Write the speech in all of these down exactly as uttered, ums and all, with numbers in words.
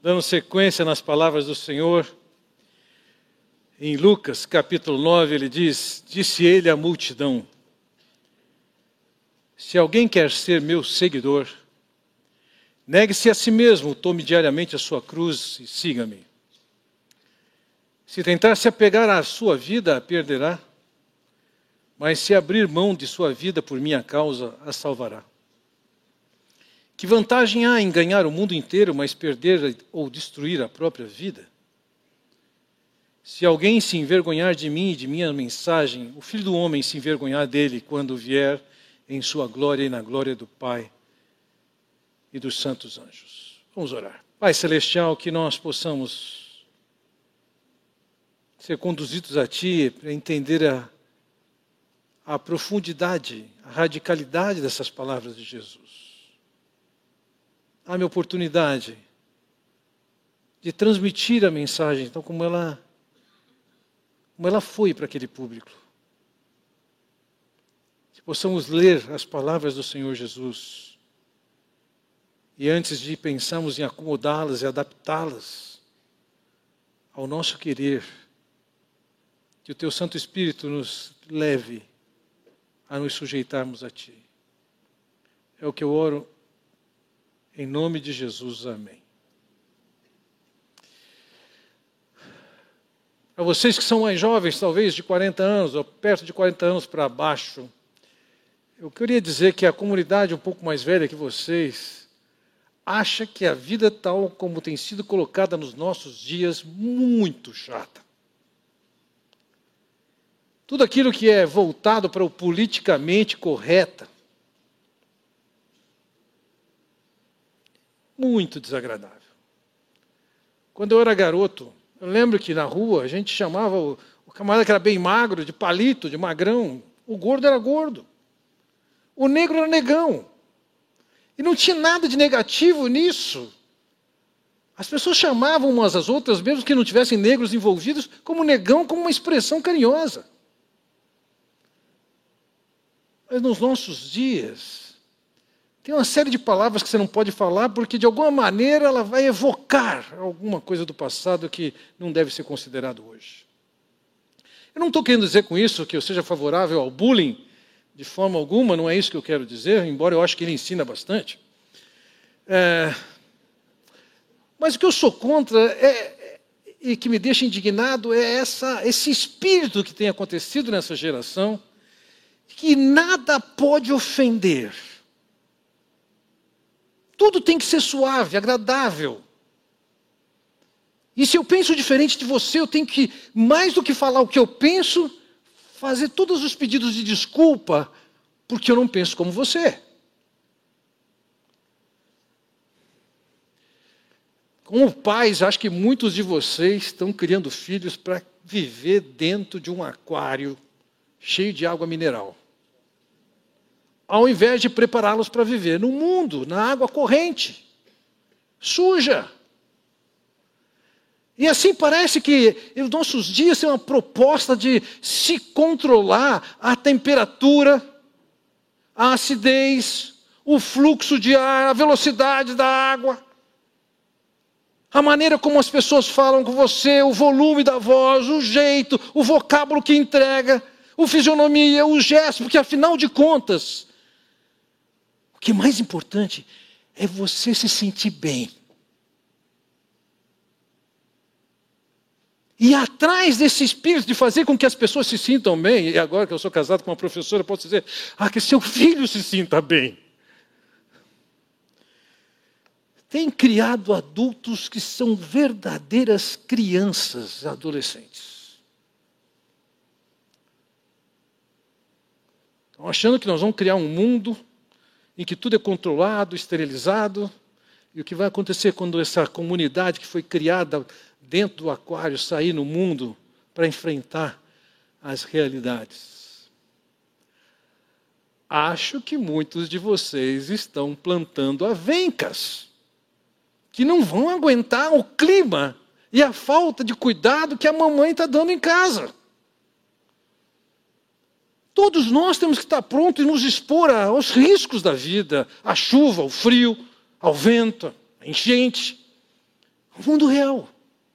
Dando sequência nas palavras do Senhor, em Lucas capítulo nove, ele diz, disse ele à multidão, se alguém quer ser meu seguidor, negue-se a si mesmo, tome diariamente a sua cruz e siga-me. Se tentar se apegar à sua vida, a perderá, mas se abrir mão de sua vida por minha causa, a salvará. Que vantagem há em ganhar o mundo inteiro, mas perder ou destruir a própria vida? Se alguém se envergonhar de mim e de minha mensagem, o Filho do Homem se envergonhar dele quando vier em sua glória e na glória do Pai e dos santos anjos. Vamos orar. Pai Celestial, que nós possamos ser conduzidos a Ti para entender a, a profundidade, a radicalidade dessas palavras de Jesus. Há minha oportunidade de transmitir a mensagem, então como ela, como ela foi para aquele público. Que possamos ler as palavras do Senhor Jesus e antes de pensarmos em acomodá-las e adaptá-las ao nosso querer, que o Teu Santo Espírito nos leve a nos sujeitarmos a Ti. É o que eu oro. Em nome de Jesus, amém. Para vocês que são mais jovens, talvez de quarenta anos, ou perto de quarenta anos para baixo, eu queria dizer que a comunidade um pouco mais velha que vocês acha que a vida tal como tem sido colocada nos nossos dias, muito chata. Tudo aquilo que é voltado para o politicamente correto, muito desagradável. Quando eu era garoto, eu lembro que na rua a gente chamava o, o camarada que era bem magro, de palito, de magrão. O gordo era gordo. O negro era negão. E não tinha nada de negativo nisso. As pessoas chamavam umas às outras, mesmo que não tivessem negros envolvidos, como negão, como uma expressão carinhosa. Mas nos nossos dias, tem uma série de palavras que você não pode falar, porque de alguma maneira ela vai evocar alguma coisa do passado que não deve ser considerado hoje. Eu não estou querendo dizer com isso que eu seja favorável ao bullying, de forma alguma, não é isso que eu quero dizer, embora eu acho que ele ensina bastante. É, mas o que eu sou contra é, e que me deixa indignado é essa, esse espírito que tem acontecido nessa geração, que nada pode ofender. Tudo tem que ser suave, agradável. E se eu penso diferente de você, eu tenho que, mais do que falar o que eu penso, fazer todos os pedidos de desculpa, porque eu não penso como você. Como pais, acho que muitos de vocês estão criando filhos para viver dentro de um aquário cheio de água mineral, ao invés de prepará-los para viver no mundo, na água corrente, suja. E assim parece que os nossos dias têm uma proposta de se controlar a temperatura, a acidez, o fluxo de ar, a velocidade da água, a maneira como as pessoas falam com você, o volume da voz, o jeito, o vocábulo que entrega, a fisionomia, o gesto, porque afinal de contas, o que é mais importante é você se sentir bem. E atrás desse espírito de fazer com que as pessoas se sintam bem, e agora que eu sou casado com uma professora, eu posso dizer, ah, que seu filho se sinta bem. Tem criado adultos que são verdadeiras crianças, adolescentes. Estão achando que nós vamos criar um mundo em que tudo é controlado, esterilizado, e o que vai acontecer quando essa comunidade que foi criada dentro do aquário sair no mundo para enfrentar as realidades? Acho que muitos de vocês estão plantando avencas, que não vão aguentar o clima e a falta de cuidado que a mamãe está dando em casa. Todos nós temos que estar prontos e nos expor aos riscos da vida, à chuva, ao frio, ao vento, à enchente, O mundo real.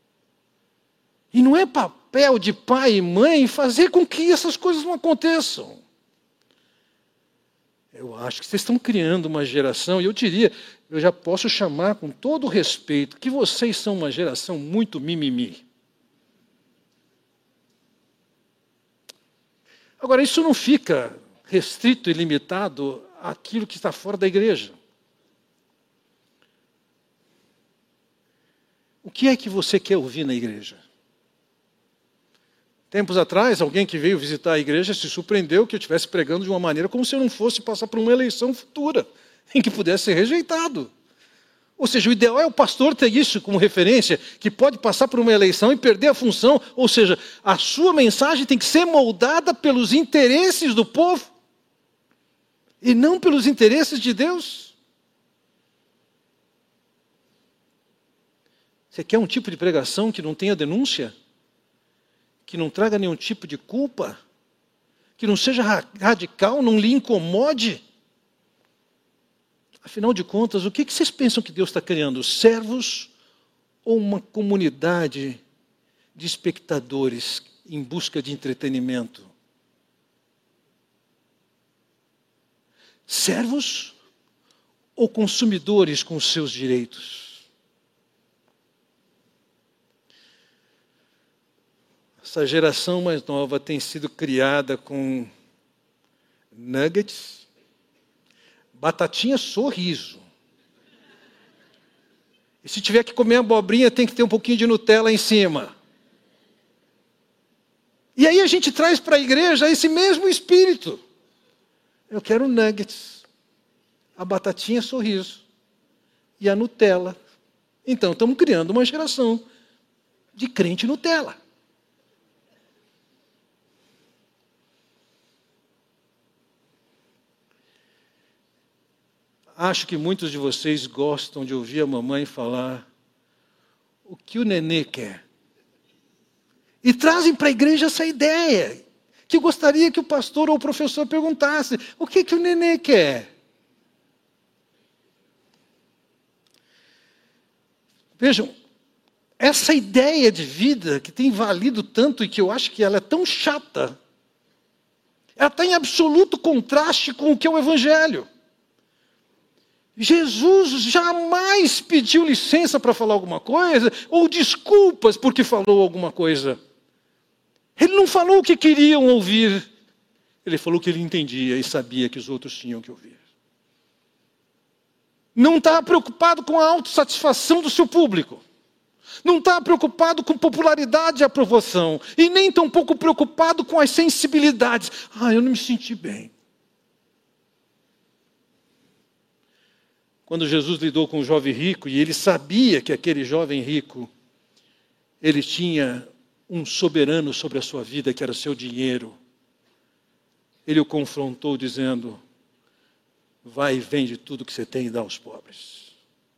E não é papel de pai e mãe fazer com que essas coisas não aconteçam. Eu acho que vocês estão criando uma geração, e eu diria, eu já posso chamar com todo o respeito, que vocês são uma geração muito mimimi. Agora, isso não fica restrito e limitado àquilo que está fora da igreja. O que é que você quer ouvir na igreja? Tempos atrás, alguém que veio visitar a igreja se surpreendeu que eu estivesse pregando de uma maneira como se eu não fosse passar por uma eleição futura, em que pudesse ser rejeitado. Ou seja, o ideal é o pastor ter isso como referência, que pode passar por uma eleição e perder a função. Ou seja, a sua mensagem tem que ser moldada pelos interesses do povo e não pelos interesses de Deus. Você quer um tipo de pregação que não tenha denúncia? Que não traga nenhum tipo de culpa? Que não seja radical, não lhe incomode? Afinal de contas, o que vocês pensam que Deus está criando? Servos ou uma comunidade de espectadores em busca de entretenimento? Servos ou consumidores com os seus direitos? Essa geração mais nova tem sido criada com nuggets, batatinha sorriso. E se tiver que comer abobrinha, tem que ter um pouquinho de Nutella em cima. E aí a gente traz para a igreja esse mesmo espírito. Eu quero nuggets, a batatinha sorriso e a Nutella. Então estamos criando uma geração de crente Nutella. Acho que muitos de vocês gostam de ouvir a mamãe falar o que o nenê quer. E trazem para a igreja essa ideia, que gostaria que o pastor ou o professor perguntasse, o que, que o nenê quer? Vejam, essa ideia de vida que tem valido tanto e que eu acho que ela é tão chata, ela está em absoluto contraste com o que é o Evangelho. Jesus jamais pediu licença para falar alguma coisa, ou desculpas porque falou alguma coisa. Ele não falou o que queriam ouvir, ele falou o que ele entendia e sabia que os outros tinham que ouvir. Não está preocupado com a autossatisfação do seu público. Não está preocupado com popularidade e aprovação. E nem tão pouco preocupado com as sensibilidades. Ah, eu não me senti bem. Quando Jesus lidou com o jovem rico, e ele sabia que aquele jovem rico, ele tinha um soberano sobre a sua vida, que era o seu dinheiro. Ele o confrontou dizendo, vai e vende tudo que você tem e dá aos pobres.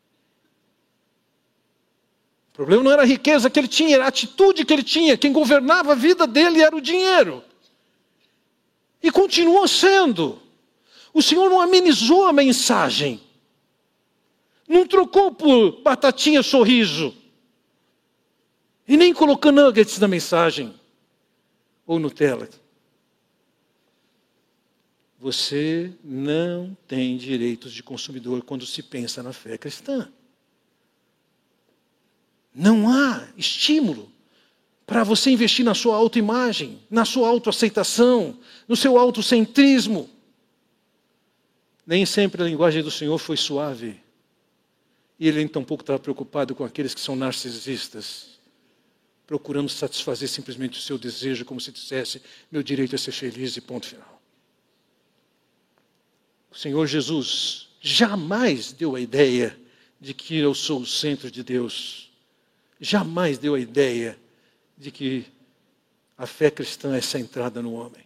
O problema não era a riqueza que ele tinha, era a atitude que ele tinha. Quem governava a vida dele era o dinheiro. E continuou sendo. O Senhor não amenizou a mensagem. Não trocou por batatinha sorriso. E nem colocou nuggets na mensagem. Ou Nutella. Você não tem direitos de consumidor quando se pensa na fé cristã. Não há estímulo para você investir na sua autoimagem, na sua autoaceitação, no seu autocentrismo. Nem sempre a linguagem do Senhor foi suave. E ele nem tampouco estava preocupado com aqueles que são narcisistas, procurando satisfazer simplesmente o seu desejo, como se dissesse, meu direito é ser feliz e ponto final. O Senhor Jesus jamais deu a ideia de que eu sou o centro de Deus. Jamais deu a ideia de que a fé cristã é centrada no homem.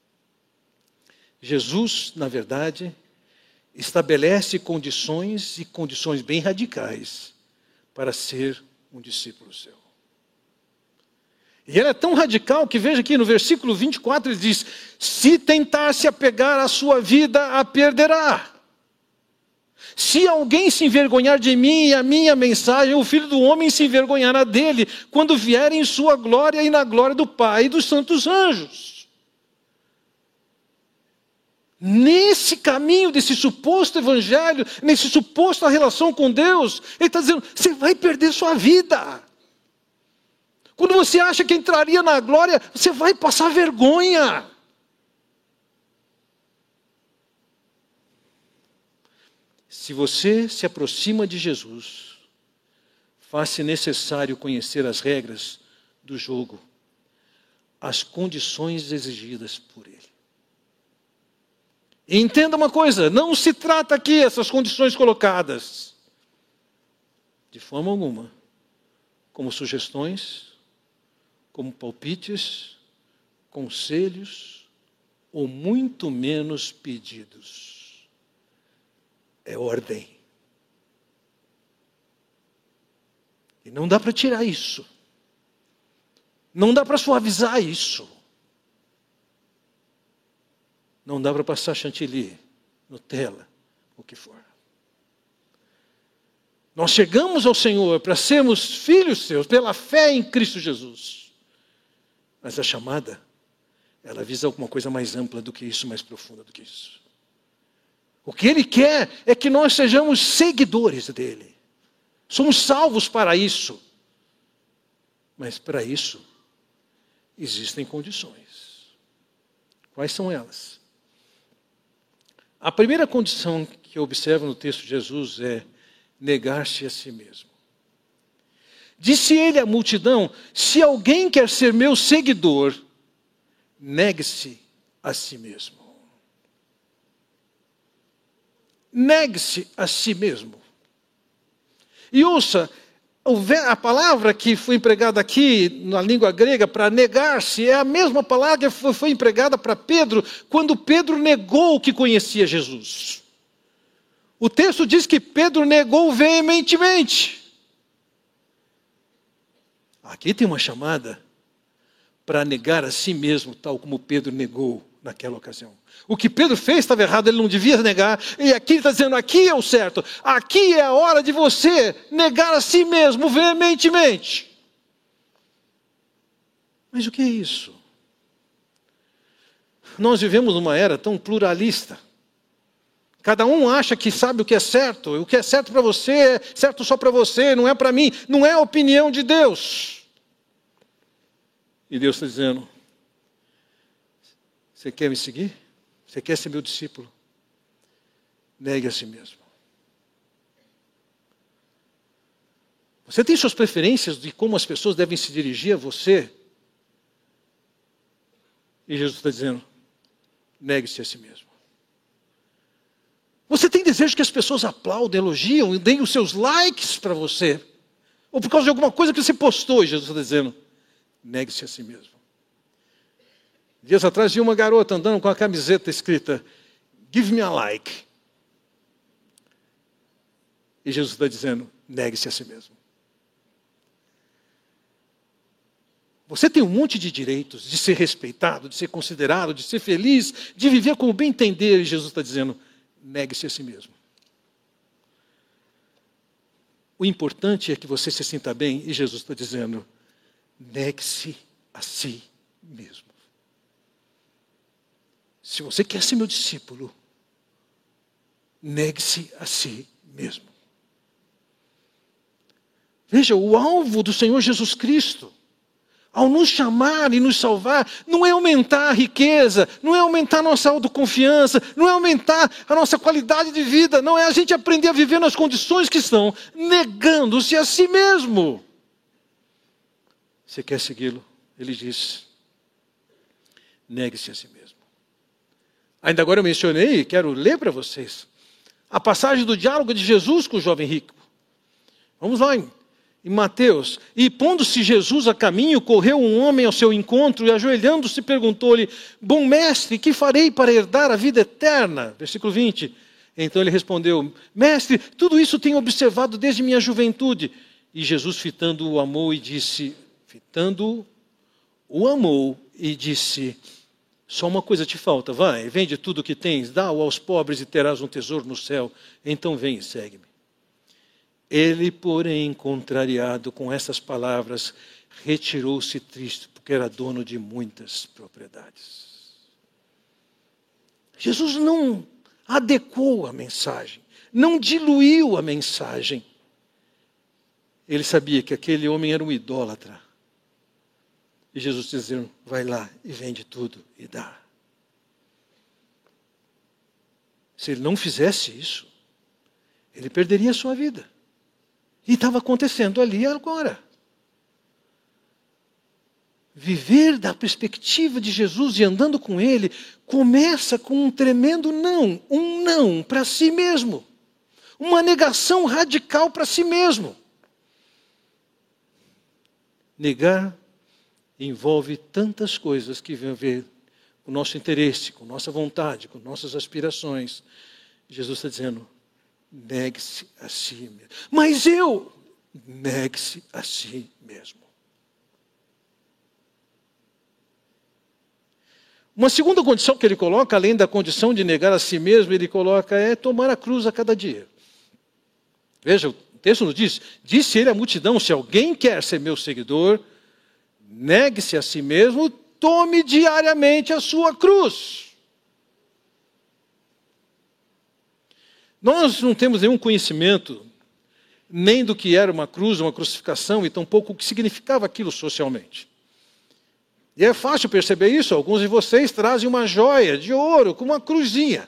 Jesus, na verdade, estabelece condições e condições bem radicais para ser um discípulo seu. E ele é tão radical que veja aqui no versículo vinte e quatro, ele diz, se tentar se apegar à sua vida, a perderá. Se alguém se envergonhar de mim e a minha mensagem, o Filho do Homem se envergonhará dele, quando vier em sua glória e na glória do Pai e dos santos anjos. Nesse caminho desse suposto evangelho, nesse suposto relação com Deus, ele está dizendo, você vai perder sua vida. Quando você acha que entraria na glória, você vai passar vergonha. Se você se aproxima de Jesus, faz-se necessário conhecer as regras do jogo, as condições exigidas por Ele. E entenda uma coisa, não se trata aqui essas condições colocadas, de forma alguma, como sugestões, como palpites, conselhos, ou muito menos pedidos. É ordem. E não dá para tirar isso. Não dá para suavizar isso. Não dá para passar chantilly, Nutella, o que for. Nós chegamos ao Senhor para sermos filhos seus, pela fé em Cristo Jesus. Mas a chamada, ela visa alguma coisa mais ampla do que isso, mais profunda do que isso. O que Ele quer é que nós sejamos seguidores dEle. Somos salvos para isso. Mas para isso, existem condições. Quais são elas? A primeira condição que eu observo no texto de Jesus é negar-se a si mesmo. Disse Ele à multidão, se alguém quer ser meu seguidor, negue-se a si mesmo. Negue-se a si mesmo. E ouça, a palavra que foi empregada aqui na língua grega para negar-se é a mesma palavra que foi, foi empregada para Pedro quando Pedro negou que conhecia Jesus. O texto diz que Pedro negou veementemente. Aqui tem uma chamada para negar a si mesmo, tal como Pedro negou naquela ocasião. O que Pedro fez estava errado, ele não devia negar. E aqui ele está dizendo, aqui é o certo. Aqui é a hora de você negar a si mesmo veementemente. Mas o que é isso? Nós vivemos numa era tão pluralista. Cada um acha que sabe o que é certo. O que é certo para você é certo só para você, não é para mim. Não é a opinião de Deus. E Deus está dizendo, você quer me seguir? Você quer ser meu discípulo? Negue a si mesmo. Você tem suas preferências de como as pessoas devem se dirigir a você? E Jesus está dizendo, negue-se a si mesmo. Você tem desejo que as pessoas aplaudem, elogiam, deem os seus likes para você? Ou por causa de alguma coisa que você postou, e Jesus está dizendo, negue-se a si mesmo. Dias atrás vi uma garota andando com a camiseta escrita, give me a like. E Jesus está dizendo, negue-se a si mesmo. Você tem um monte de direitos de ser respeitado, de ser considerado, de ser feliz, de viver como bem entender. E Jesus está dizendo, negue-se a si mesmo. O importante é que você se sinta bem. E Jesus está dizendo, negue-se a si mesmo. Se você quer ser meu discípulo, negue-se a si mesmo. Veja, o alvo do Senhor Jesus Cristo, ao nos chamar e nos salvar, não é aumentar a riqueza, não é aumentar a nossa autoconfiança, não é aumentar a nossa qualidade de vida, não é a gente aprender a viver nas condições que estão, negando-se a si mesmo. Você quer segui-lo? Ele diz, negue-se a si mesmo. Ainda agora eu mencionei, quero ler para vocês, a passagem do diálogo de Jesus com o jovem rico. Vamos lá, em, em Mateus. E pondo-se Jesus a caminho, correu um homem ao seu encontro e ajoelhando-se perguntou-lhe, bom mestre, que farei para herdar a vida eterna? Versículo vinte. Então ele respondeu, mestre, tudo isso tenho observado desde minha juventude. E Jesus fitando o amou e disse, fitando o amou e disse, Só uma coisa te falta, vai, vende tudo o que tens, dá-o aos pobres e terás um tesouro no céu. Então vem e segue-me. Ele, porém, contrariado com essas palavras, retirou-se triste, porque era dono de muitas propriedades. Jesus não adequou a mensagem, não diluiu a mensagem. Ele sabia que aquele homem era um idólatra. E Jesus dizendo, vai lá e vende tudo e dá. Se ele não fizesse isso, ele perderia a sua vida. E estava acontecendo ali e agora. Viver da perspectiva de Jesus e andando com Ele, começa com um tremendo não, um não para si mesmo. Uma negação radical para si mesmo. Negar envolve tantas coisas que vêm a ver com o nosso interesse, com nossa vontade, com nossas aspirações. Jesus está dizendo, negue-se a si mesmo. Mas eu, negue-se a si mesmo. Uma segunda condição que ele coloca, além da condição de negar a si mesmo, ele coloca é tomar a cruz a cada dia. Veja, o texto nos diz, disse ele à multidão, se alguém quer ser meu seguidor, negue-se a si mesmo, tome diariamente a sua cruz. Nós não temos nenhum conhecimento, nem do que era uma cruz, uma crucificação, e tampouco o que significava aquilo socialmente. E é fácil perceber isso, alguns de vocês trazem uma joia de ouro com uma cruzinha.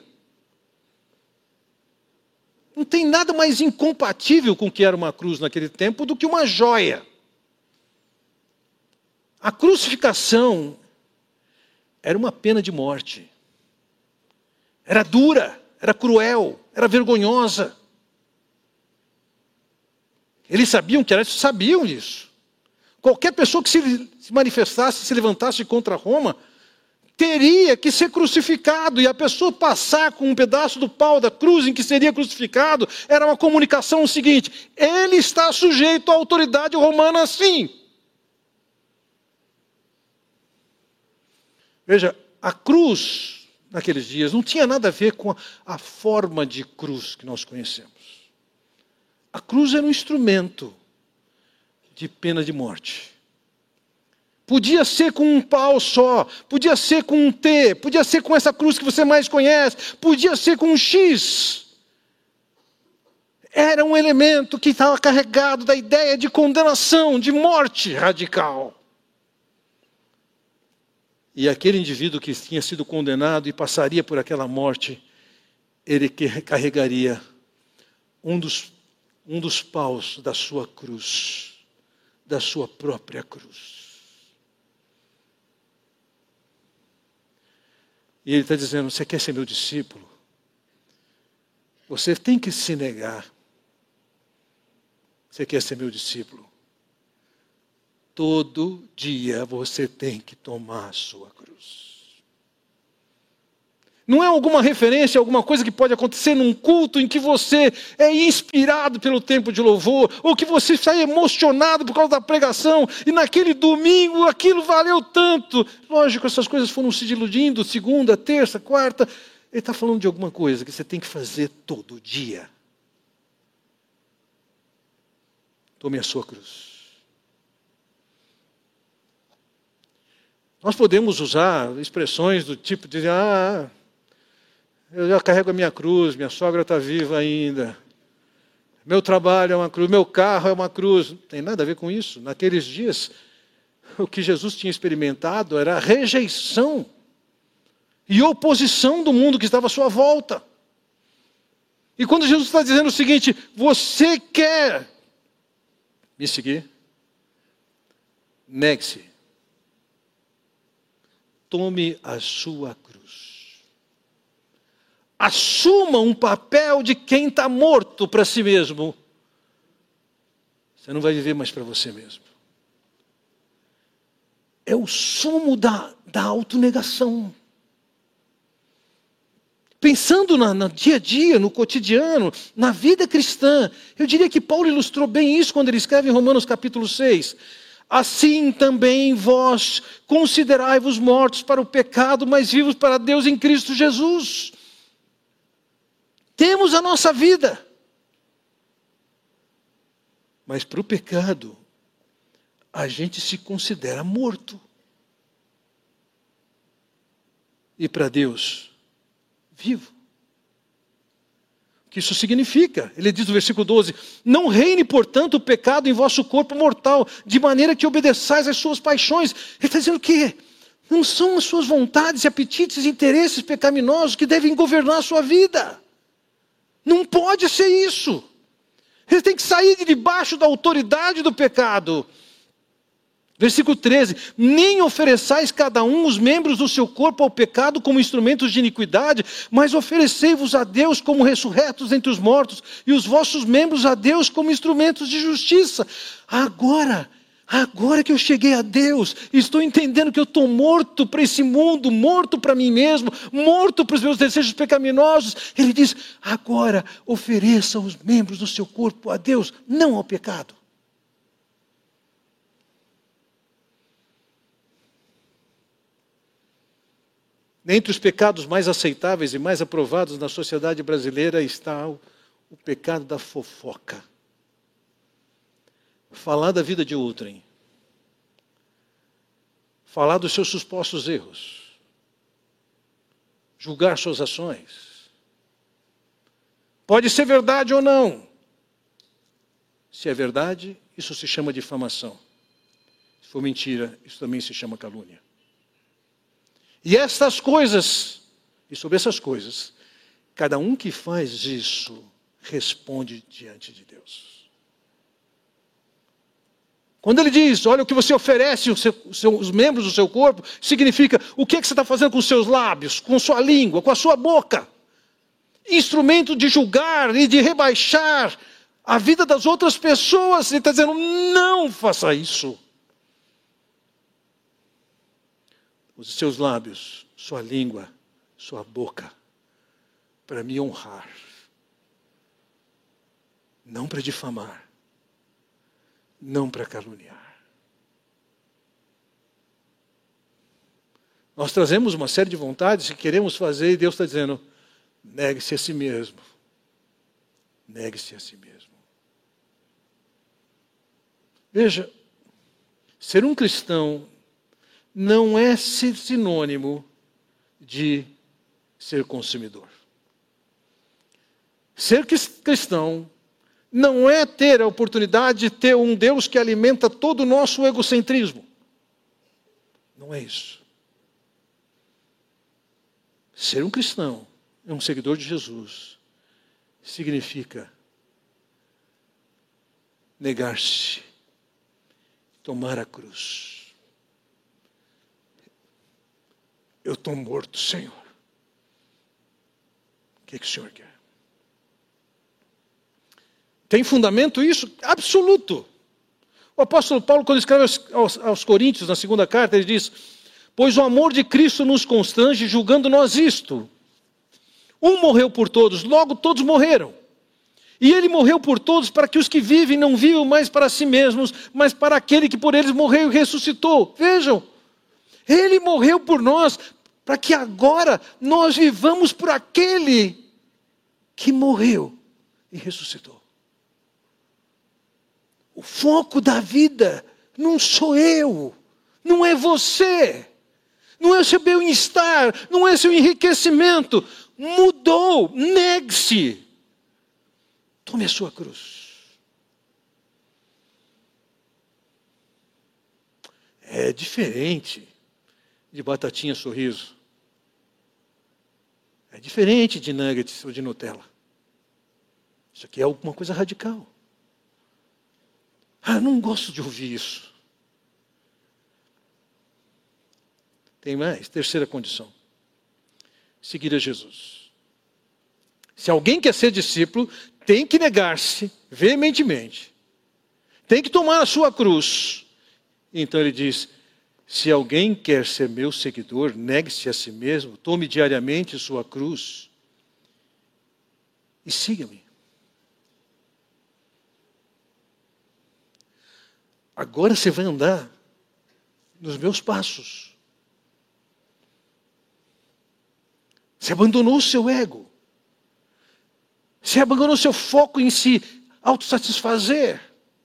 Não tem nada mais incompatível com o que era uma cruz naquele tempo do que uma joia. A crucificação era uma pena de morte. Era dura, era cruel, era vergonhosa. Eles sabiam que era isso, sabiam disso. Qualquer pessoa que se manifestasse, se levantasse contra Roma, teria que ser crucificado. E a pessoa passar com um pedaço do pau da cruz em que seria crucificado, era uma comunicação seguinte, ele está sujeito à autoridade romana sim. Veja, a cruz, naqueles dias, não tinha nada a ver com a, a forma de cruz que nós conhecemos. A cruz era um instrumento de pena de morte. Podia ser com um pau só, podia ser com um T, podia ser com essa cruz que você mais conhece, podia ser com um X. Era um elemento que estava carregado da ideia de condenação, de morte radical. E aquele indivíduo que tinha sido condenado e passaria por aquela morte, ele carregaria um dos, um dos paus da sua cruz, da sua própria cruz. E ele está dizendo, você quer ser meu discípulo? Você tem que se negar. Você quer ser meu discípulo? Todo dia você tem que tomar a sua cruz. Não é alguma referência, alguma coisa que pode acontecer num culto em que você é inspirado pelo tempo de louvor, ou que você sai emocionado por causa da pregação, e naquele domingo aquilo valeu tanto. Lógico, essas coisas foram se diluindo, segunda, terça, quarta. Ele está falando de alguma coisa que você tem que fazer todo dia. Tome a sua cruz. Nós podemos usar expressões do tipo de, ah, eu já carrego a minha cruz, minha sogra está viva ainda. Meu trabalho é uma cruz, meu carro é uma cruz. Não tem nada a ver com isso. Naqueles dias, o que Jesus tinha experimentado era a rejeição e oposição do mundo que estava à sua volta. E quando Jesus está dizendo o seguinte, você quer me seguir? Negue-se. Tome a sua cruz. Assuma um papel de quem está morto para si mesmo. Você não vai viver mais para você mesmo. É o sumo da, da autonegação. Pensando na, no dia a dia, no cotidiano, na vida cristã, eu diria que Paulo ilustrou bem isso quando ele escreve em Romanos capítulo seis. assim também vós considerai-vos mortos para o pecado, mas vivos para Deus em Cristo Jesus. Temos a nossa vida. Mas para o pecado, a gente se considera morto. E para Deus, vivo. O que isso significa? Ele diz no versículo doze, não reine, portanto, o pecado em vosso corpo mortal, de maneira que obedeçais às suas paixões. Ele está dizendo o quê? Não são as suas vontades, apetites e interesses pecaminosos que devem governar a sua vida. Não pode ser isso. Ele tem que sair de debaixo da autoridade do pecado. Versículo treze, nem ofereçais cada um os membros do seu corpo ao pecado como instrumentos de iniquidade, mas oferecei-vos a Deus como ressurretos entre os mortos, e os vossos membros a Deus como instrumentos de justiça. Agora, agora que eu cheguei a Deus, estou entendendo que eu estou morto para esse mundo, morto para mim mesmo, morto para os meus desejos pecaminosos. Ele diz, agora ofereça os membros do seu corpo a Deus, não ao pecado. Entre os pecados mais aceitáveis e mais aprovados na sociedade brasileira está o, o pecado da fofoca. Falar da vida de outrem. Falar dos seus supostos erros. Julgar suas ações. Pode ser verdade ou não. Se é verdade, isso se chama difamação. Se for mentira, isso também se chama calúnia. E estas coisas, e sobre essas coisas, cada um que faz isso responde diante de Deus. Quando ele diz, olha o que você oferece, os, seu, os membros do seu corpo, significa o que, é que você está fazendo com os seus lábios, com sua língua, com a sua boca. Instrumento de julgar e de rebaixar a vida das outras pessoas. Ele está dizendo, não faça isso. Os seus lábios, sua língua, sua boca, para me honrar. Não para difamar. Não para caluniar. Nós trazemos uma série de vontades que queremos fazer e Deus está dizendo, negue-se a si mesmo. Negue-se a si mesmo. Veja, ser um cristão não é sinônimo de ser consumidor. Ser cristão não é ter a oportunidade de ter um Deus que alimenta todo o nosso egocentrismo. Não é isso. Ser um cristão, um seguidor de Jesus, significa negar-se, tomar a cruz. Eu estou morto, Senhor. O que, que o Senhor quer? Tem fundamento isso? Absoluto. O apóstolo Paulo, quando escreve aos, aos, aos Coríntios, na segunda carta, ele diz, pois o amor de Cristo nos constrange, julgando nós isto. Um morreu por todos, logo todos morreram. E ele morreu por todos para que os que vivem não vivam mais para si mesmos, mas para aquele que por eles morreu e ressuscitou. Vejam, ele morreu por nós, para que agora nós vivamos por aquele que morreu e ressuscitou. O foco da vida não sou eu, não é você, não é o seu bem-estar, não é o seu enriquecimento. Mudou, negue-se. Tome a sua cruz. É diferente de batatinha sorriso. É diferente de nuggets ou de Nutella. Isso aqui é alguma coisa radical. Ah, eu não gosto de ouvir isso. Tem mais? Terceira condição. Seguir a Jesus. Se alguém quer ser discípulo, tem que negar-se veementemente. Tem que tomar a sua cruz. Então ele diz, se alguém quer ser meu seguidor, negue-se a si mesmo, tome diariamente sua cruz e siga-me. Agora você vai andar nos meus passos. Você abandonou o seu ego. Você abandonou o seu foco em se autossatisfazer.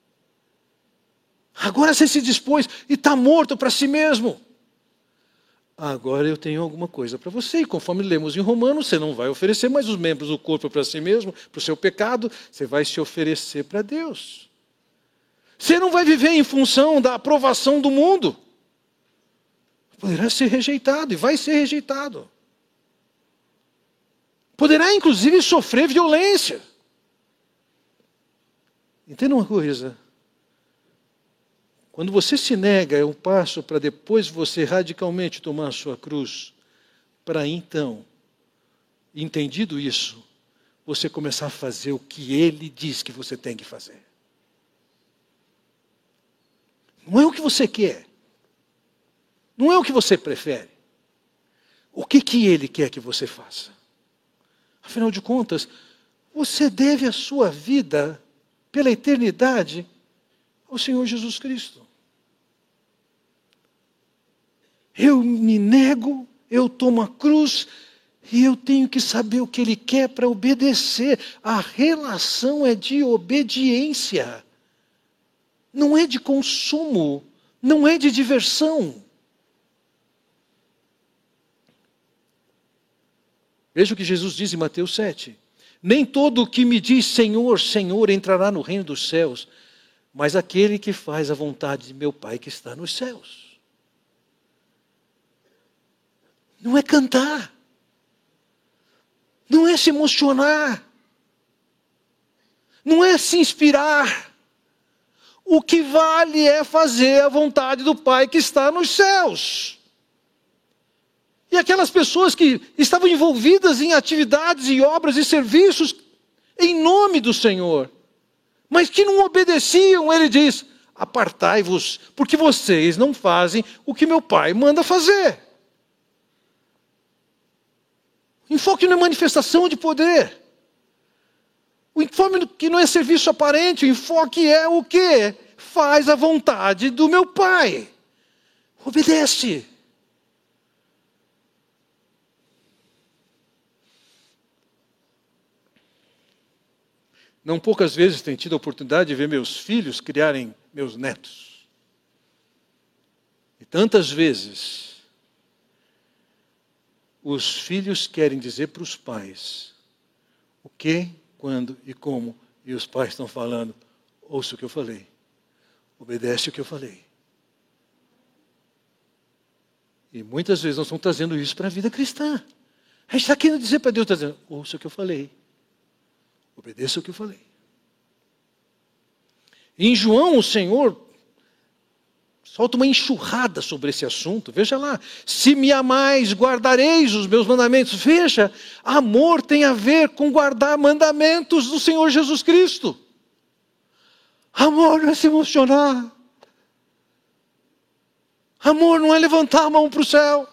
Agora você se dispôs e está morto para si mesmo. Agora eu tenho alguma coisa para você. E conforme lemos em Romanos, você não vai oferecer mais os membros do corpo para si mesmo, para o seu pecado. Você vai se oferecer para Deus. Você não vai viver em função da aprovação do mundo. Poderá ser rejeitado e vai ser rejeitado. Poderá, inclusive, sofrer violência. Entenda uma coisa. Quando você se nega, é um passo para depois você radicalmente tomar a sua cruz. Para então, entendido isso, você começar a fazer o que Ele diz que você tem que fazer. Não é o que você quer. Não é o que você prefere. O que, que Ele quer que você faça? Afinal de contas, você deve a sua vida pela eternidade ao Senhor Jesus Cristo. Eu me nego, eu tomo a cruz e eu tenho que saber o que Ele quer para obedecer. A relação é de obediência. Não é de consumo, não é de diversão. Veja o que Jesus diz em Mateus sete. Nem todo o que me diz Senhor, Senhor entrará no reino dos céus, mas aquele que faz a vontade de meu Pai que está nos céus. Não é cantar. Não é se emocionar. Não é se inspirar. O que vale é fazer a vontade do Pai que está nos céus. E aquelas pessoas que estavam envolvidas em atividades e obras e serviços em nome do Senhor, mas que não obedeciam, Ele diz, apartai-vos, porque vocês não fazem o que meu Pai manda fazer. O enfoque não é manifestação de poder. O enfoque não é serviço aparente, o enfoque é o quê? Faz a vontade do meu Pai. Obedece. Não poucas vezes tenho tido a oportunidade de ver meus filhos criarem meus netos. E tantas vezes, os filhos querem dizer para os pais o que, quando e como, e os pais estão falando, ouça o que eu falei, obedece o que eu falei. E muitas vezes nós estamos trazendo isso para a vida cristã. A gente está querendo dizer para Deus, está dizendo, ouça o que eu falei. Obedeça o que eu falei. Em João, o Senhor solta uma enxurrada sobre esse assunto. Veja lá. Se me amais, guardareis os meus mandamentos. Veja, amor tem a ver com guardar mandamentos do Senhor Jesus Cristo. Amor não é se emocionar. Amor não é levantar a mão para o céu.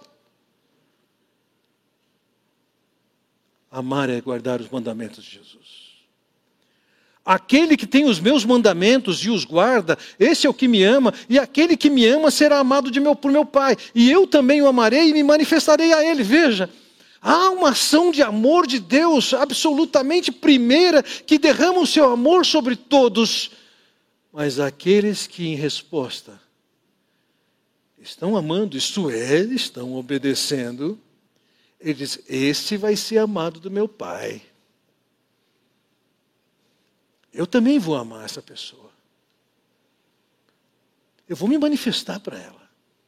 Amar é guardar os mandamentos de Jesus. Aquele que tem os meus mandamentos e os guarda, esse é o que me ama, e aquele que me ama será amado de meu, por meu Pai. E eu também o amarei e me manifestarei a ele. Veja, há uma ação de amor de Deus absolutamente primeira, que derrama o seu amor sobre todos. Mas aqueles que em resposta estão amando, isto é, estão obedecendo, ele diz, esse vai ser amado do meu Pai. Eu também vou amar essa pessoa. Eu vou me manifestar para ela.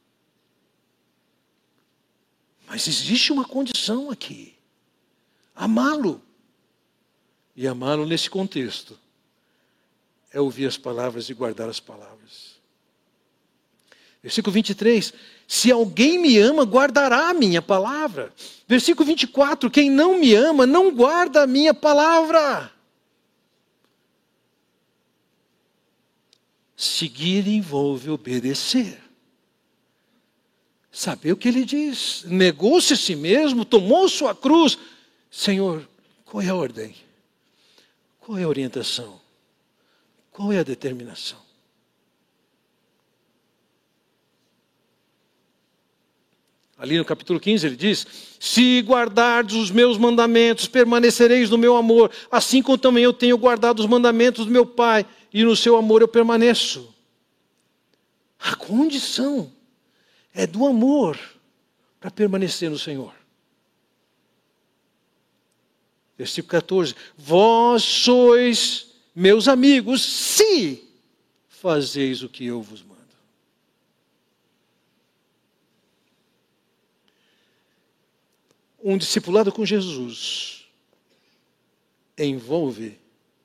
Mas existe uma condição aqui. Amá-lo. E amá-lo nesse contexto é ouvir as palavras e guardar as palavras. Versículo vinte e três. Se alguém me ama, guardará a minha palavra. Versículo vinte e quatro. Quem não me ama, não guarda a minha palavra. Seguir envolve obedecer. Saber o que ele diz. Negou-se a si mesmo, tomou sua cruz. Senhor, qual é a ordem? Qual é a orientação? Qual é a determinação? Ali no capítulo quinze ele diz: se guardardes os meus mandamentos, permanecereis no meu amor, assim como também eu tenho guardado os mandamentos do meu Pai, e no seu amor eu permaneço. A condição é do amor para permanecer no Senhor. Versículo quatorze: vós sois meus amigos, se fazeis o que eu vos mando. Um discipulado com Jesus envolve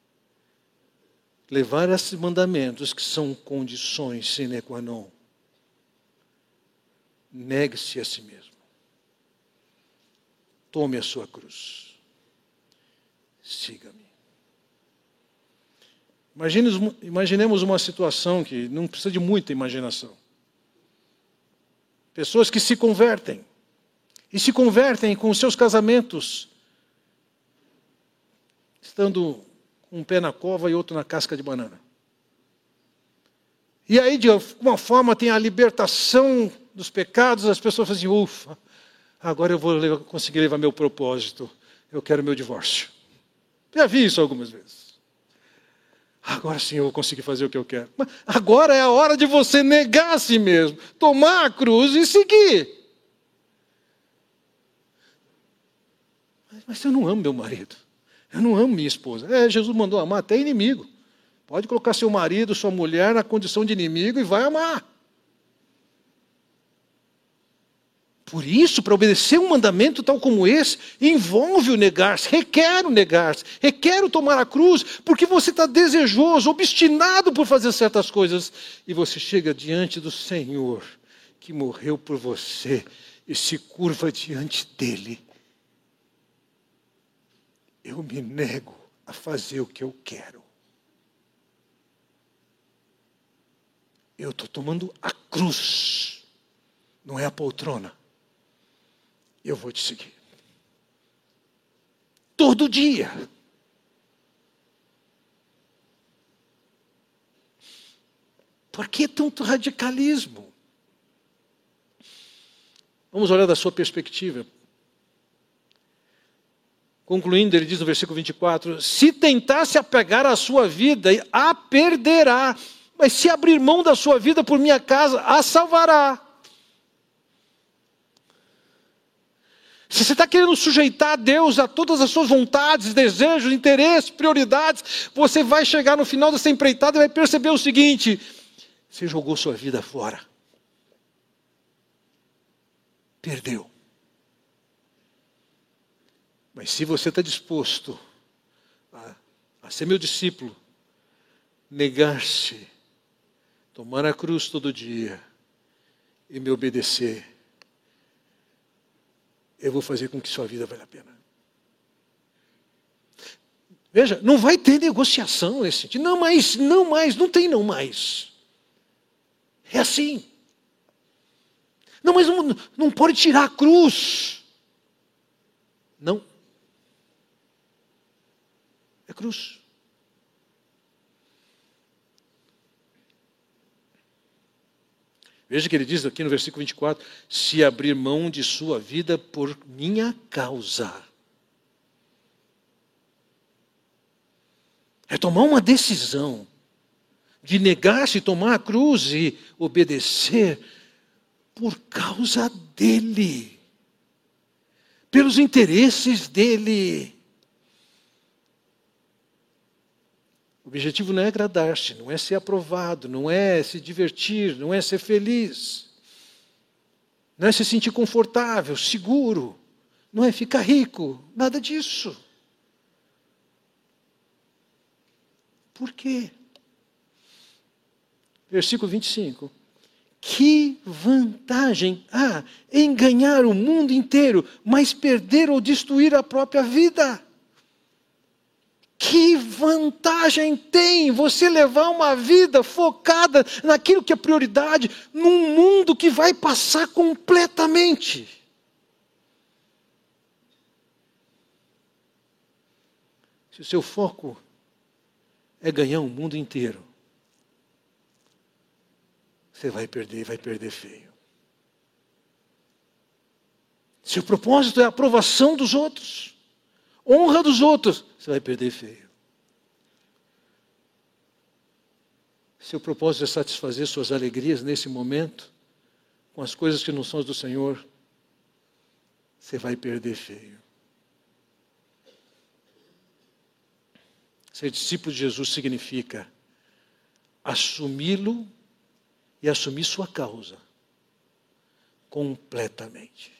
levar esses mandamentos que são condições sine qua non. Negue-se a si mesmo. Tome a sua cruz. Siga-me. Imagine, imaginemos uma situação que não precisa de muita imaginação. Pessoas que se convertem. E se convertem com os seus casamentos, estando um pé na cova e outro na casca de banana. E aí, de alguma forma, tem a libertação dos pecados, as pessoas fazem, ufa, agora eu vou levar, conseguir levar meu propósito, eu quero meu divórcio. Já vi isso algumas vezes. Agora sim eu vou conseguir fazer o que eu quero. Mas agora é a hora de você negar a si mesmo, tomar a cruz e seguir. Mas eu não amo meu marido. Eu não amo minha esposa. É, Jesus mandou amar até inimigo. Pode colocar seu marido, sua mulher na condição de inimigo e vai amar. Por isso, para obedecer um mandamento tal como esse, envolve o negar-se, requer o negar-se, requer o tomar a cruz, porque você está desejoso, obstinado por fazer certas coisas, e você chega diante do Senhor, que morreu por você, e se curva diante dele. Eu me nego a fazer o que eu quero. Eu estou tomando a cruz, não é a poltrona. Eu vou te seguir. Todo dia. Por que tanto radicalismo? Vamos olhar da sua perspectiva. Concluindo, ele diz no versículo vinte e quatro, se tentar se apegar à sua vida, a perderá. Mas se abrir mão da sua vida por minha casa, a salvará. Se você está querendo sujeitar a Deus a todas as suas vontades, desejos, interesses, prioridades, você vai chegar no final dessa empreitada e vai perceber o seguinte: você jogou sua vida fora. Perdeu. Mas se você está disposto a, a ser meu discípulo, negar-se, tomar a cruz todo dia e me obedecer, eu vou fazer com que sua vida valha a pena. Veja, não vai ter negociação nesse sentido. Não mais, não mais, não tem não mais. É assim. Não, mas não, não pode tirar a cruz. Não. É cruz. Veja que ele diz aqui no versículo vinte e quatro, se abrir mão de sua vida por minha causa. É tomar uma decisão de negar-se, tomar a cruz e obedecer por causa dele. Pelos interesses dele. O objetivo não é agradar-se, não é ser aprovado, não é se divertir, não é ser feliz. Não é se sentir confortável, seguro. Não é ficar rico, nada disso. Por quê? Versículo vinte e cinco. Que vantagem há em ganhar o mundo inteiro, mas perder ou destruir a própria vida? Que vantagem tem você levar uma vida focada naquilo que é prioridade, num mundo que vai passar completamente? Se o seu foco é ganhar o mundo inteiro, você vai perder, vai perder feio. Se o propósito é a aprovação dos outros, honra dos outros, você vai perder feio. Se o propósito é satisfazer suas alegrias nesse momento, com as coisas que não são as do Senhor, você vai perder feio. Ser discípulo de Jesus significa assumi-lo e assumir sua causa completamente.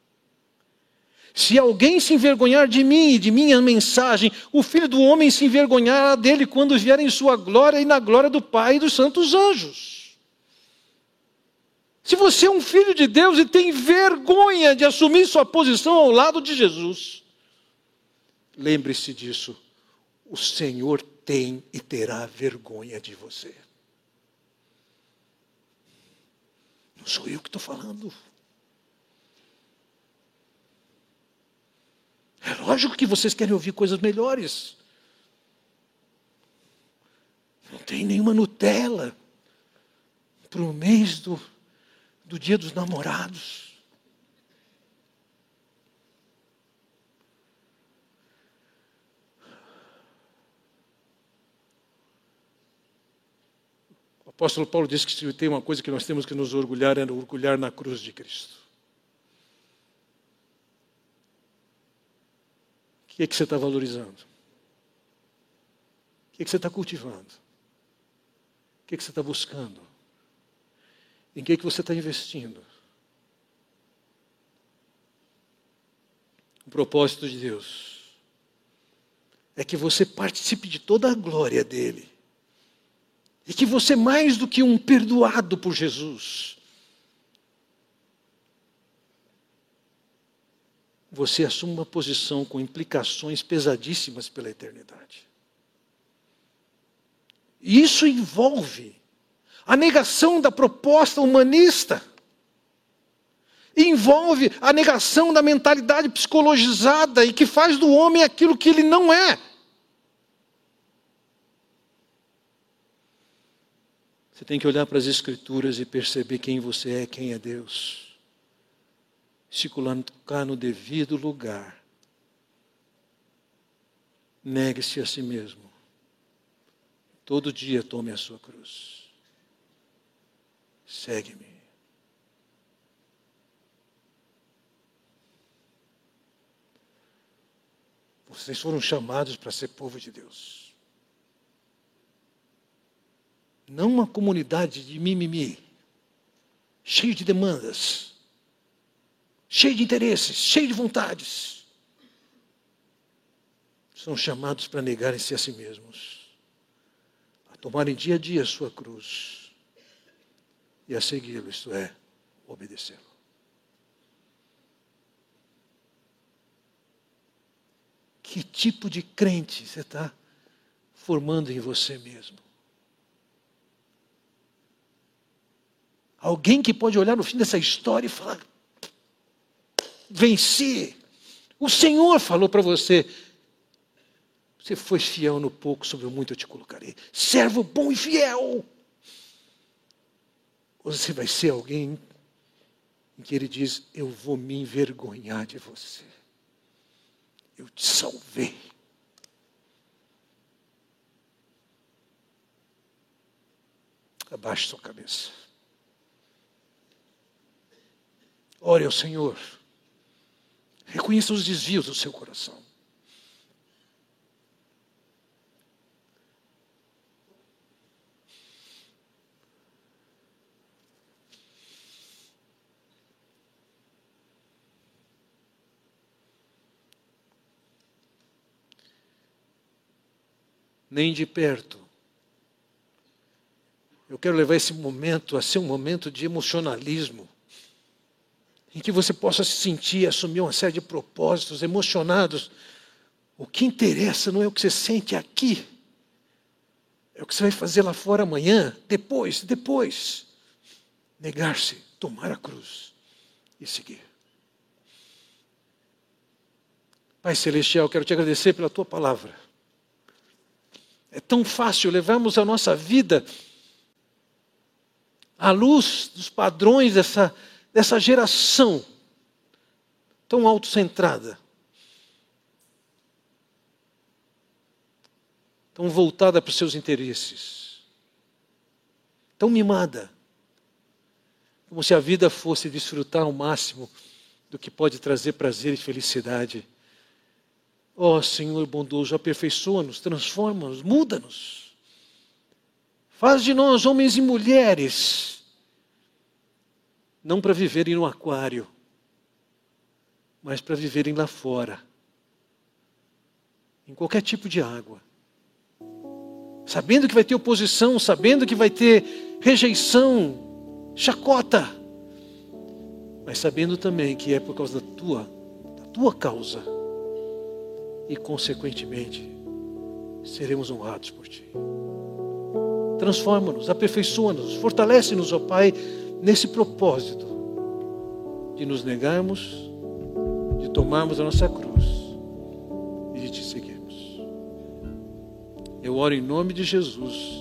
Se alguém se envergonhar de mim e de minha mensagem, o Filho do Homem se envergonhará dele quando vier em sua glória e na glória do Pai e dos santos anjos. Se você é um filho de Deus e tem vergonha de assumir sua posição ao lado de Jesus, lembre-se disso, o Senhor tem e terá vergonha de você. Não sou eu que estou falando. É lógico que vocês querem ouvir coisas melhores. Não tem nenhuma Nutella para o mês do, do Dia dos Namorados. O apóstolo Paulo disse que se tem uma coisa que nós temos que nos orgulhar, é orgulhar na cruz de Cristo. O que é que você está valorizando? O que é que você está cultivando? O que é que você está buscando? Em que é que você está investindo? O propósito de Deus é que você participe de toda a glória dele. E que você, mais do que um perdoado por Jesus, você assume uma posição com implicações pesadíssimas pela eternidade. E isso envolve a negação da proposta humanista. Envolve a negação da mentalidade psicologizada e que faz do homem aquilo que ele não é. Você tem que olhar para as Escrituras e perceber quem você é, quem é Deus. Se colocar no devido lugar. Negue-se a si mesmo. Todo dia tome a sua cruz. Segue-me. Vocês foram chamados para ser povo de Deus. Não uma comunidade de mimimi, cheio de demandas, cheio de interesses, cheio de vontades. São chamados para negarem-se a si mesmos, a tomarem dia a dia a sua cruz e a segui-lo, isto é, obedecê-lo. Que tipo de crente você está formando em você mesmo? Alguém que pode olhar no fim dessa história e falar: venci. O Senhor falou para você: você foi fiel no pouco, sobre o muito eu te colocarei. Servo bom e fiel. Ou você vai ser alguém em que ele diz: eu vou me envergonhar de você. Eu te salvei. Abaixe sua cabeça. Ore ao Senhor. Reconheça os desvios do seu coração. Nem de perto. Eu quero levar esse momento a ser um momento de emocionalismo, em que você possa se sentir, assumir uma série de propósitos emocionados. O que interessa não é o que você sente aqui, é o que você vai fazer lá fora amanhã, depois, depois. Negar-se, tomar a cruz e seguir. Pai Celestial, quero te agradecer pela tua palavra. É tão fácil levarmos a nossa vida à luz dos padrões dessa, dessa geração tão autocentrada, tão voltada para os seus interesses, tão mimada, como se a vida fosse desfrutar ao máximo do que pode trazer prazer e felicidade. Ó oh, Senhor bondoso, aperfeiçoa-nos, transforma-nos, muda-nos. Faz de nós homens e mulheres, não para viverem no aquário, mas para viverem lá fora, em qualquer tipo de água. Sabendo que vai ter oposição, sabendo que vai ter rejeição, chacota, mas sabendo também que é por causa da tua, da tua causa, e consequentemente seremos honrados por ti. Transforma-nos, aperfeiçoa-nos, fortalece-nos, ó Pai, nesse propósito de nos negarmos, de tomarmos a nossa cruz e de te seguirmos. Eu oro em nome de Jesus.